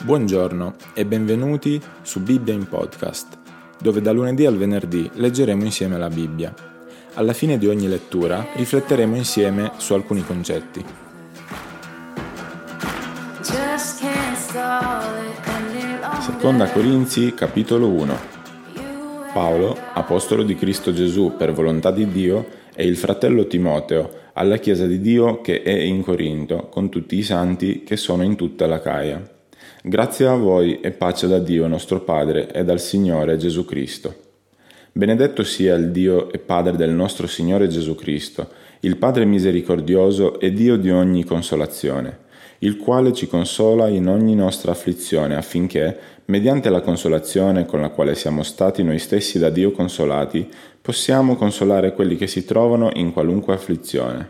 Buongiorno e benvenuti su Bibbia in Podcast, dove da lunedì al venerdì leggeremo insieme la Bibbia. Alla fine di ogni lettura rifletteremo insieme su alcuni concetti. Seconda Corinzi, capitolo 1. Paolo, apostolo di Cristo Gesù per volontà di Dio, e il fratello Timoteo, alla Chiesa di Dio che è in Corinto, con tutti i santi che sono in tutta l'Acaia. Grazie a voi e pace da Dio nostro Padre e dal Signore Gesù Cristo. Benedetto sia il Dio e Padre del nostro Signore Gesù Cristo, il Padre misericordioso e Dio di ogni consolazione, il quale ci consola in ogni nostra afflizione affinché, mediante la consolazione con la quale siamo stati noi stessi da Dio consolati, possiamo consolare quelli che si trovano in qualunque afflizione.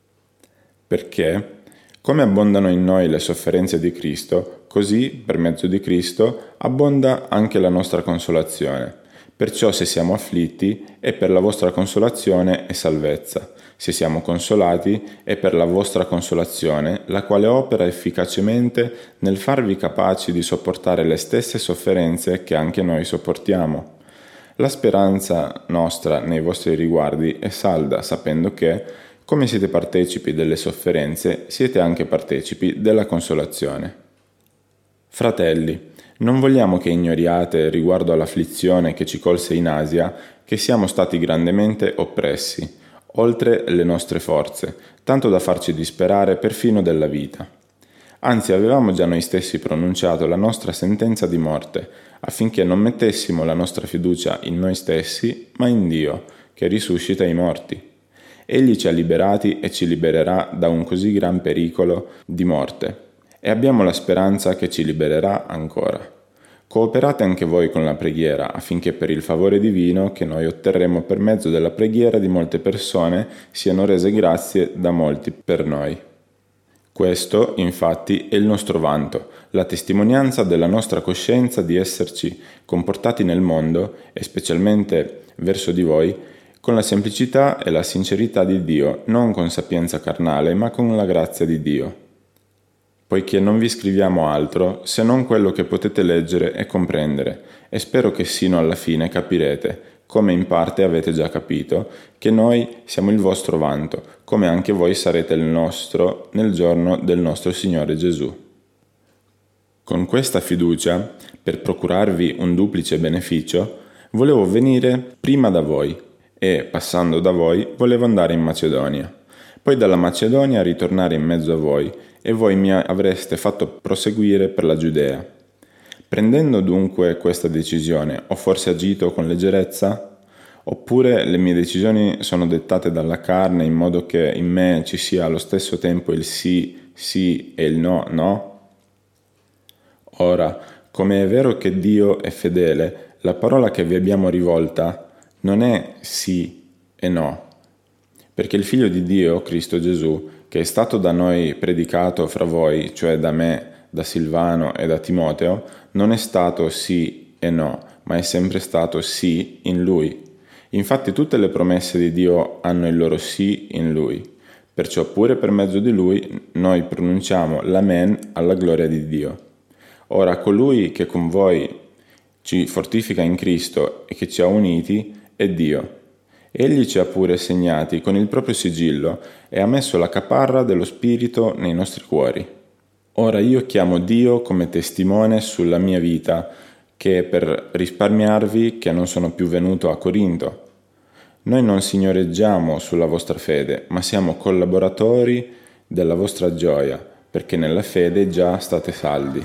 Perché, come abbondano in noi le sofferenze di Cristo, così, per mezzo di Cristo, abbonda anche la nostra consolazione. Perciò se siamo afflitti, è per la vostra consolazione e salvezza. Se siamo consolati, è per la vostra consolazione, la quale opera efficacemente nel farvi capaci di sopportare le stesse sofferenze che anche noi sopportiamo. La speranza nostra nei vostri riguardi è salda, sapendo che, come siete partecipi delle sofferenze, siete anche partecipi della consolazione. Fratelli, non vogliamo che ignoriate riguardo all'afflizione che ci colse in Asia, che siamo stati grandemente oppressi, oltre le nostre forze, tanto da farci disperare perfino della vita. Anzi, avevamo già noi stessi pronunciato la nostra sentenza di morte, affinché non mettessimo la nostra fiducia in noi stessi, ma in Dio, che risuscita i morti. Egli ci ha liberati e ci libererà da un così gran pericolo di morte, e abbiamo la speranza che ci libererà ancora. Cooperate anche voi con la preghiera, affinché per il favore divino che noi otterremo per mezzo della preghiera di molte persone siano rese grazie da molti per noi. Questo, infatti, è il nostro vanto, la testimonianza della nostra coscienza di esserci comportati nel mondo, e specialmente verso di voi, con la semplicità e la sincerità di Dio, non con sapienza carnale, ma con la grazia di Dio. Poiché non vi scriviamo altro se non quello che potete leggere e comprendere, e spero che sino alla fine capirete, come in parte avete già capito, che noi siamo il vostro vanto, come anche voi sarete il nostro nel giorno del nostro Signore Gesù. Con questa fiducia, per procurarvi un duplice beneficio, volevo venire prima da voi, e, passando da voi, volevo andare in Macedonia. Poi dalla Macedonia ritornare in mezzo a voi, e voi mi avreste fatto proseguire per la Giudea. Prendendo dunque questa decisione, ho forse agito con leggerezza? Oppure le mie decisioni sono dettate dalla carne in modo che in me ci sia allo stesso tempo il sì, sì e il no, no? Ora, come è vero che Dio è fedele, la parola che vi abbiamo rivolta non è sì e no, perché il Figlio di Dio, Cristo Gesù, che è stato da noi predicato fra voi, cioè da me, da Silvano e da Timoteo, non è stato sì e no, ma è sempre stato sì in Lui. Infatti tutte le promesse di Dio hanno il loro sì in Lui. Perciò pure per mezzo di Lui noi pronunciamo l'Amen alla gloria di Dio. Ora colui che con voi ci fortifica in Cristo e che ci ha uniti è Dio. Egli ci ha pure segnati con il proprio sigillo e ha messo la caparra dello Spirito nei nostri cuori. Ora io chiamo Dio come testimone sulla mia vita, che è per risparmiarvi che non sono più venuto a Corinto. Noi non signoreggiamo sulla vostra fede, ma siamo collaboratori della vostra gioia, perché nella fede già state saldi.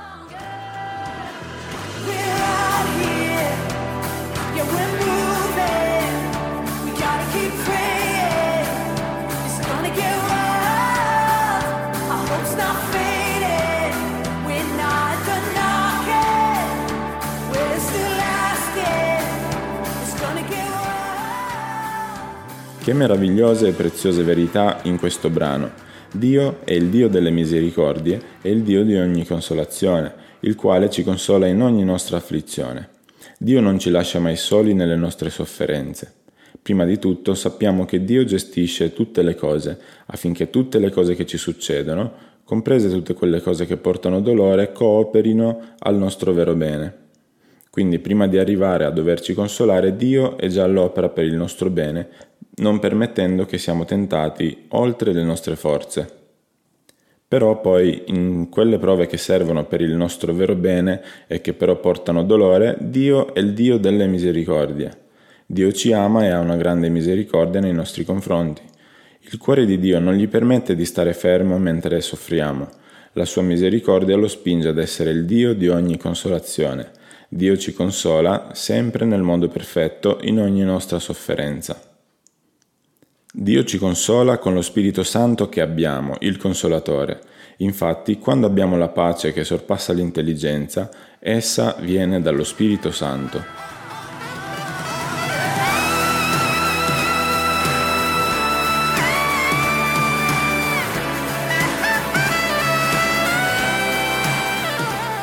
Che meravigliose e preziose verità in questo brano. Dio è il Dio delle misericordie e il Dio di ogni consolazione, il quale ci consola in ogni nostra afflizione. Dio non ci lascia mai soli nelle nostre sofferenze. Prima di tutto sappiamo che Dio gestisce tutte le cose, affinché tutte le cose che ci succedono, comprese tutte quelle cose che portano dolore, cooperino al nostro vero bene. Quindi prima di arrivare a doverci consolare, Dio è già all'opera per il nostro bene, non permettendo che siamo tentati oltre le nostre forze. Però poi in quelle prove che servono per il nostro vero bene e che però portano dolore, Dio è il Dio delle misericordie. Dio ci ama e ha una grande misericordia nei nostri confronti. Il cuore di Dio non gli permette di stare fermo mentre soffriamo. La sua misericordia lo spinge ad essere il Dio di ogni consolazione. Dio ci consola sempre nel modo perfetto in ogni nostra sofferenza. Dio ci consola con lo Spirito Santo che abbiamo, il Consolatore. Infatti, quando abbiamo la pace che sorpassa l'intelligenza, essa viene dallo Spirito Santo.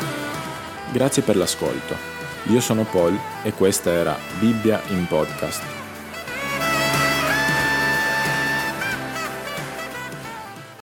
Grazie per l'ascolto. Io sono Paul e questa era Bibbia in Podcast.